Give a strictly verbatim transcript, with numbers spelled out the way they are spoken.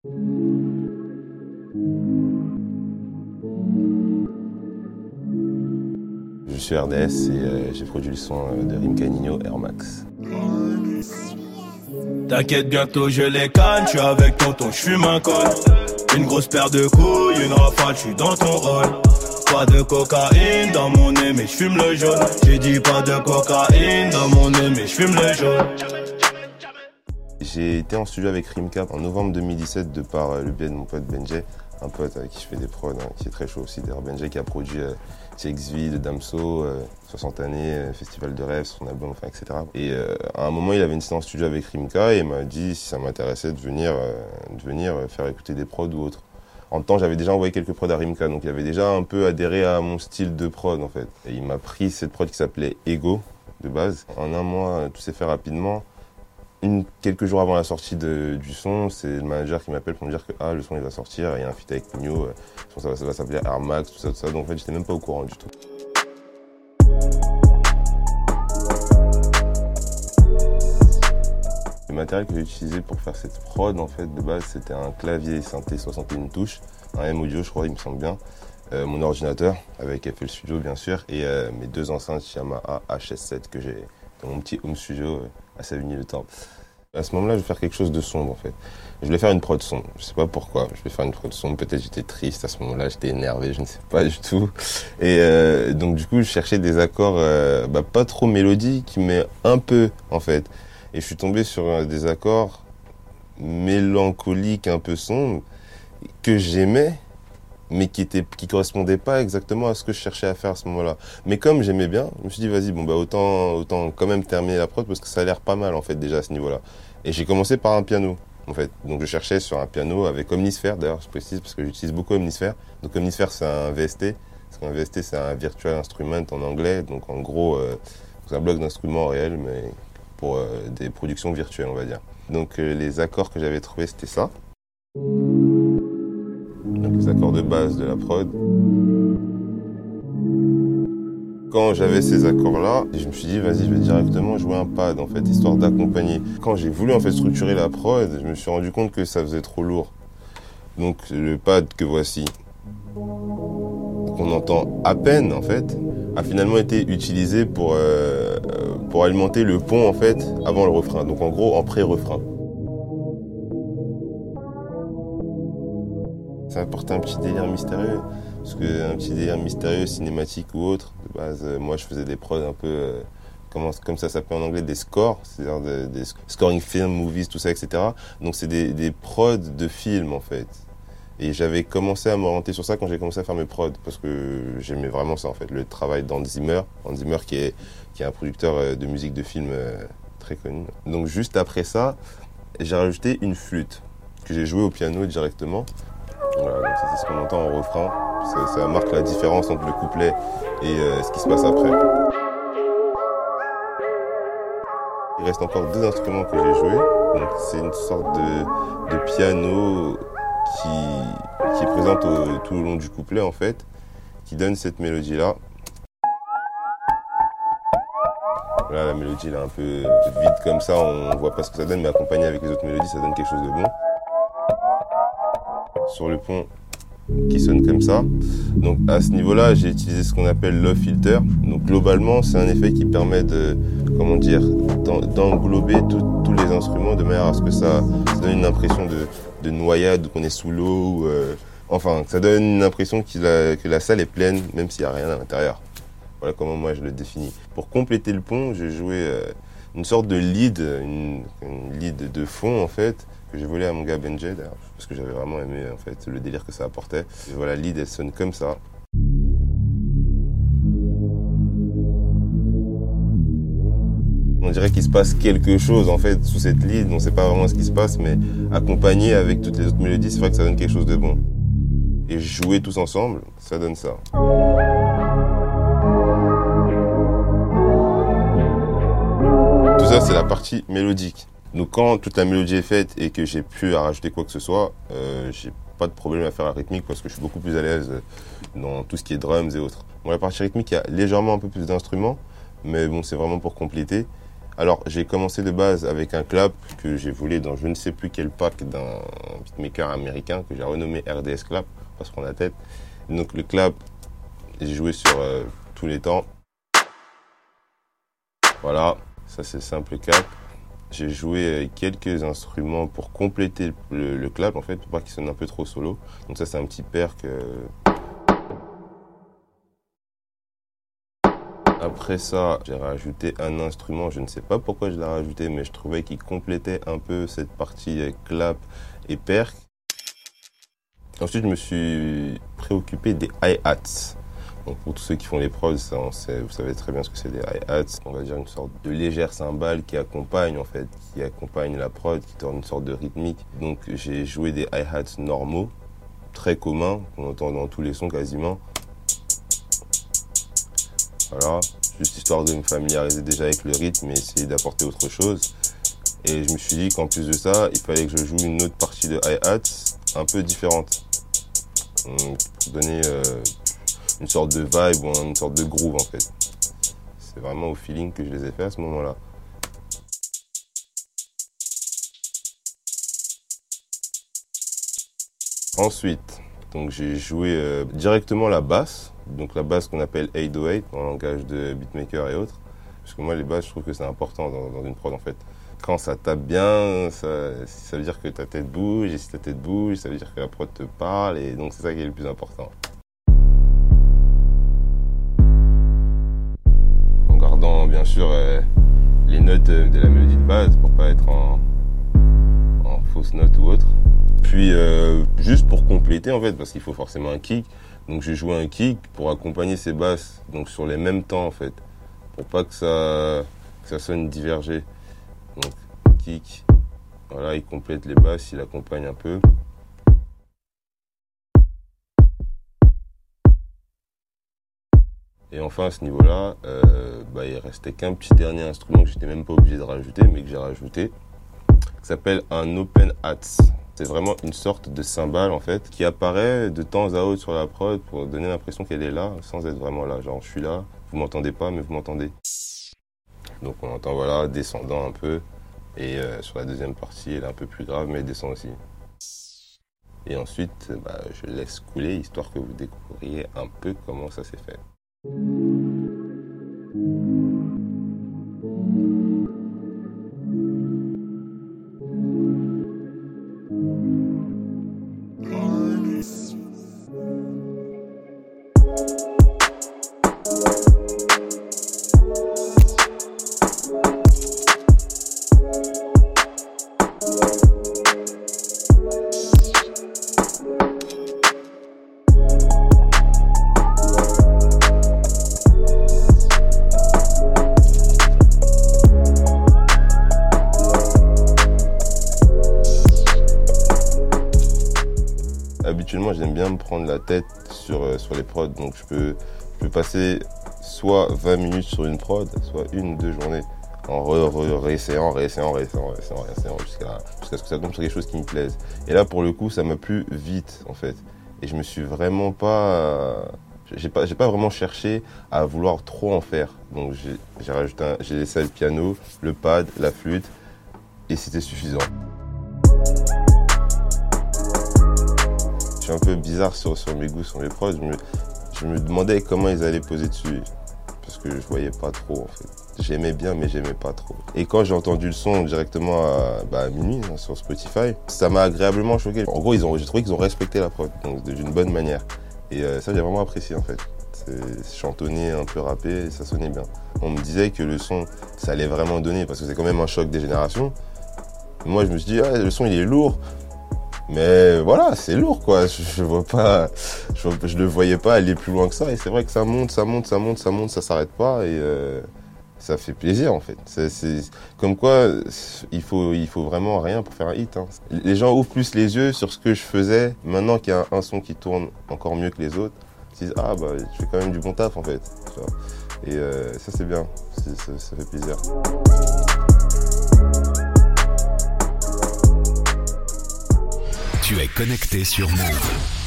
Je suis R D S et euh, j'ai produit le son de Rimka et Nino, Air Max. T'inquiète, bientôt je les canne, je suis avec tonton, je fume un col. Une grosse paire de couilles, une rafale, je suis dans ton rôle. Pas de cocaïne dans mon nez, mais je fume le jaune. J'ai dit pas de cocaïne dans mon nez, mais je fume le jaune. J'ai été en studio avec Rimka en novembre deux mille dix-sept de par le biais de mon pote Benjay, un pote avec qui je fais des prods, hein, qui est très chaud aussi. D'ailleurs, Benjay qui a produit euh, T X V de Damso, euh, soixante années, euh, Festival de rêve, son album, enfin, et cetera. Et euh, à un moment, il avait une séance en studio avec Rimka et il m'a dit si ça m'intéressait de venir, euh, de venir faire écouter des prods ou autre. En même temps, j'avais déjà envoyé quelques prods à Rimka, donc il avait déjà un peu adhéré à mon style de prod en fait. Et il m'a pris cette prod qui s'appelait Ego, de base. En un mois, tout s'est fait rapidement. Une, quelques jours avant la sortie de, du son, c'est le manager qui m'appelle pour me dire que ah, le son il va sortir, il y a un feat avec Nino, euh, ça va, ça va s'appeler Air Max, tout ça, tout ça. Donc en fait, j'étais même pas au courant du tout. Le matériel que j'ai utilisé pour faire cette prod, en fait, de base, c'était un clavier synthé soixante et une touches, un M-Audio, je crois, il me semble bien, euh, mon ordinateur avec F L Studio, bien sûr, et euh, mes deux enceintes Yamaha H S sept que j'ai dans mon petit home studio euh, à Savigny-le-Temple. À ce moment-là, je vais faire quelque chose de sombre, en fait. Je voulais faire une prod sombre. Je sais pas pourquoi. Je voulais faire une prod sombre. Peut-être j'étais triste à ce moment-là, j'étais énervé, je ne sais pas du tout. Et euh, donc, du coup, je cherchais des accords euh, bah, pas trop mélodiques, mais un peu, en fait. Et je suis tombé sur euh, des accords mélancoliques, un peu sombres, que j'aimais, mais qui étaient, qui correspondaient pas exactement à ce que je cherchais à faire à ce moment-là. Mais comme j'aimais bien, je me suis dit, vas-y, bon, bah, autant, autant quand même terminer la prod parce que ça a l'air pas mal, en fait, déjà à ce niveau-là. Et j'ai commencé par un piano, en fait. Donc, je cherchais sur un piano avec Omnisphere, d'ailleurs, je précise, parce que j'utilise beaucoup Omnisphere. Donc, Omnisphere, c'est un V S T. Parce qu'un V S T, c'est un Virtual Instrument en anglais. Donc, en gros, euh, c'est un bloc d'instruments réels, mais pour euh, des productions virtuelles, on va dire. Donc, euh, les accords que j'avais trouvés, c'était ça. Donc les accords de base de la prod. Quand j'avais ces accords-là, je me suis dit, vas-y, je vais directement jouer un pad, en fait, histoire d'accompagner. Quand j'ai voulu, en fait, structurer la prod, je me suis rendu compte que ça faisait trop lourd. Donc le pad que voici, qu'on entend à peine, en fait, a finalement été utilisé pour, euh, pour alimenter le pont, en fait, avant le refrain. Donc en gros, en pré-refrain. Ça apporte un petit délire mystérieux, parce que un petit délire mystérieux, cinématique ou autre. De base, euh, moi je faisais des prods un peu, euh, comment, comme ça s'appelle en anglais, des scores, c'est-à-dire des, des scoring film, movies, tout ça, et cetera. Donc c'est des, des prods de films en fait. Et j'avais commencé à m'orienter sur ça quand j'ai commencé à faire mes prods, parce que j'aimais vraiment ça en fait, le travail d'Hans Zimmer, Hans Zimmer qui est, qui est un producteur de musique de film euh, très connu. Donc juste après ça, j'ai rajouté une flûte que j'ai jouée au piano directement. Voilà, donc c'est ce qu'on entend en refrain. Ça, ça marque la différence entre le couplet et euh, ce qui se passe après. Il reste encore deux instruments que j'ai joués. Donc c'est une sorte de, de piano qui, qui est présente au, tout au long du couplet en fait, qui donne cette mélodie-là. Voilà, la mélodie là un peu vide comme ça, on voit pas ce que ça donne, mais accompagné avec les autres mélodies, ça donne quelque chose de bon. Sur le pont qui sonne comme ça. Donc à ce niveau-là, j'ai utilisé ce qu'on appelle Low Filter. Donc globalement, c'est un effet qui permet de, comment dire, d'englober tous les instruments de manière à ce que ça, ça donne une impression de, de noyade, qu'on est sous l'eau. Euh, enfin, ça donne une impression que la, que la salle est pleine, même s'il n'y a rien à l'intérieur. Voilà comment moi je le définis. Pour compléter le pont, j'ai joué euh, une sorte de lead, une, une lead de fond en fait, que j'ai volé à mon gars Benjay d'ailleurs, parce que j'avais vraiment aimé en fait le délire que ça apportait. Et voilà, lead elle sonne comme ça. On dirait qu'il se passe quelque chose en fait sous cette lead, on ne sait pas vraiment ce qui se passe, mais accompagné avec toutes les autres mélodies, c'est vrai que ça donne quelque chose de bon. Et jouer tous ensemble, ça donne ça. Tout ça, c'est la partie mélodique. Donc quand toute la mélodie est faite et que j'ai pu à rajouter quoi que ce soit, euh, j'ai pas de problème à faire la rythmique parce que je suis beaucoup plus à l'aise dans tout ce qui est drums et autres. Bon, la partie rythmique, il y a légèrement un peu plus d'instruments, mais bon, c'est vraiment pour compléter. Alors, j'ai commencé de base avec un clap que j'ai volé dans je ne sais plus quel pack d'un beatmaker américain que j'ai renommé R D S Clap, pas se prendre la tête. Donc, le clap, j'ai joué sur euh, tous les temps. Voilà, ça c'est simple cap. J'ai joué quelques instruments pour compléter le, le clap, en fait, pour pas qu'il sonne un peu trop solo. Donc ça, c'est un petit perk. Euh... Après ça, j'ai rajouté un instrument, je ne sais pas pourquoi je l'ai rajouté, mais je trouvais qu'il complétait un peu cette partie clap et perc. Ensuite, je me suis préoccupé des hi-hats. Donc pour tous ceux qui font les prods, ça, on sait, vous savez très bien ce que c'est des hi-hats. On va dire une sorte de légère cymbale qui accompagne en fait, qui accompagne la prod, qui tourne une sorte de rythmique. Donc j'ai joué des hi-hats normaux, très communs, qu'on entend dans tous les sons quasiment. Voilà, juste histoire de me familiariser déjà avec le rythme et essayer d'apporter autre chose. Et je me suis dit qu'en plus de ça, il fallait que je joue une autre partie de hi-hats un peu différente. Pour donner euh, une sorte de vibe ou une sorte de groove en fait. C'est vraiment au feeling que je les ai fait à ce moment-là. Ensuite, donc j'ai joué euh, directement la basse. Donc la basse qu'on appelle huit cent huit en langage de beatmaker et autres. Parce que moi les basses je trouve que c'est important dans, dans une prod en fait. Quand ça tape bien, ça, ça veut dire que ta tête bouge, et si ta tête bouge, ça veut dire que la prod te parle, et donc c'est ça qui est le plus important. En gardant bien sûr euh, les notes de la mélodie de base pour pas être en, en fausse note ou autre. Puis euh, juste pour compléter en fait, parce qu'il faut forcément un kick. Donc j'ai joué un kick pour accompagner ces basses, donc sur les mêmes temps en fait, pour pas que ça, que ça sonne divergé. Donc kick, voilà, il complète les basses, il accompagne un peu. Et enfin à ce niveau-là, euh, bah, il restait qu'un petit dernier instrument que j'étais même pas obligé de rajouter, mais que j'ai rajouté, qui s'appelle un open hats. C'est vraiment une sorte de cymbale en fait qui apparaît de temps à autre sur la prod pour donner l'impression qu'elle est là sans être vraiment là. Genre je suis là, vous m'entendez pas mais vous m'entendez. Donc on entend voilà descendant un peu et euh, sur la deuxième partie elle est un peu plus grave mais elle descend aussi. Et ensuite bah, je laisse couler histoire que vous découvriez un peu comment ça s'est fait. Habituellement, j'aime bien me prendre la tête sur, euh, sur les prods, donc je peux, je peux passer soit vingt minutes sur une prod, soit une ou deux journées en réessayant, réessayant, réessayant, réessayant, réessayant jusqu'à jusqu'à ce que ça tombe sur quelque chose qui me plaise. Et là, pour le coup, ça m'a plu vite, en fait. Et je me suis vraiment pas... Euh, j'ai pas, j'ai pas vraiment cherché à vouloir trop en faire. Donc j'ai, j'ai rajouté un, j'ai laissé le piano, le pad, la flûte, et c'était suffisant. Je suis un peu bizarre sur, sur mes goûts, sur mes prods. Je me, je me demandais comment ils allaient poser dessus. Parce que je voyais pas trop en fait. J'aimais bien mais j'aimais pas trop. Et quand j'ai entendu le son directement à, bah, à minuit hein, sur Spotify, ça m'a agréablement choqué. En gros, ils ont, j'ai trouvé qu'ils ont respecté la prod, donc d'une bonne manière. Et euh, ça j'ai vraiment apprécié en fait. C'est chantonné, un peu rappé, et ça sonnait bien. On me disait que le son, ça allait vraiment donner parce que c'est quand même un choc des générations. Moi je me suis dit, ah, le son il est lourd. Mais voilà, c'est lourd quoi, je, je vois pas, je, je le voyais pas aller plus loin que ça et c'est vrai que ça monte, ça monte, ça monte, ça monte, ça s'arrête pas et euh, ça fait plaisir en fait. C'est, c'est comme quoi il faut, il faut vraiment rien pour faire un hit. Hein. Les gens ouvrent plus les yeux sur ce que je faisais maintenant qu'il y a un son qui tourne encore mieux que les autres. Ils se disent ah bah je fais quand même du bon taf en fait. Tu vois. Et euh, ça c'est bien, c'est, ça, ça fait plaisir. Tu es connecté sur Move.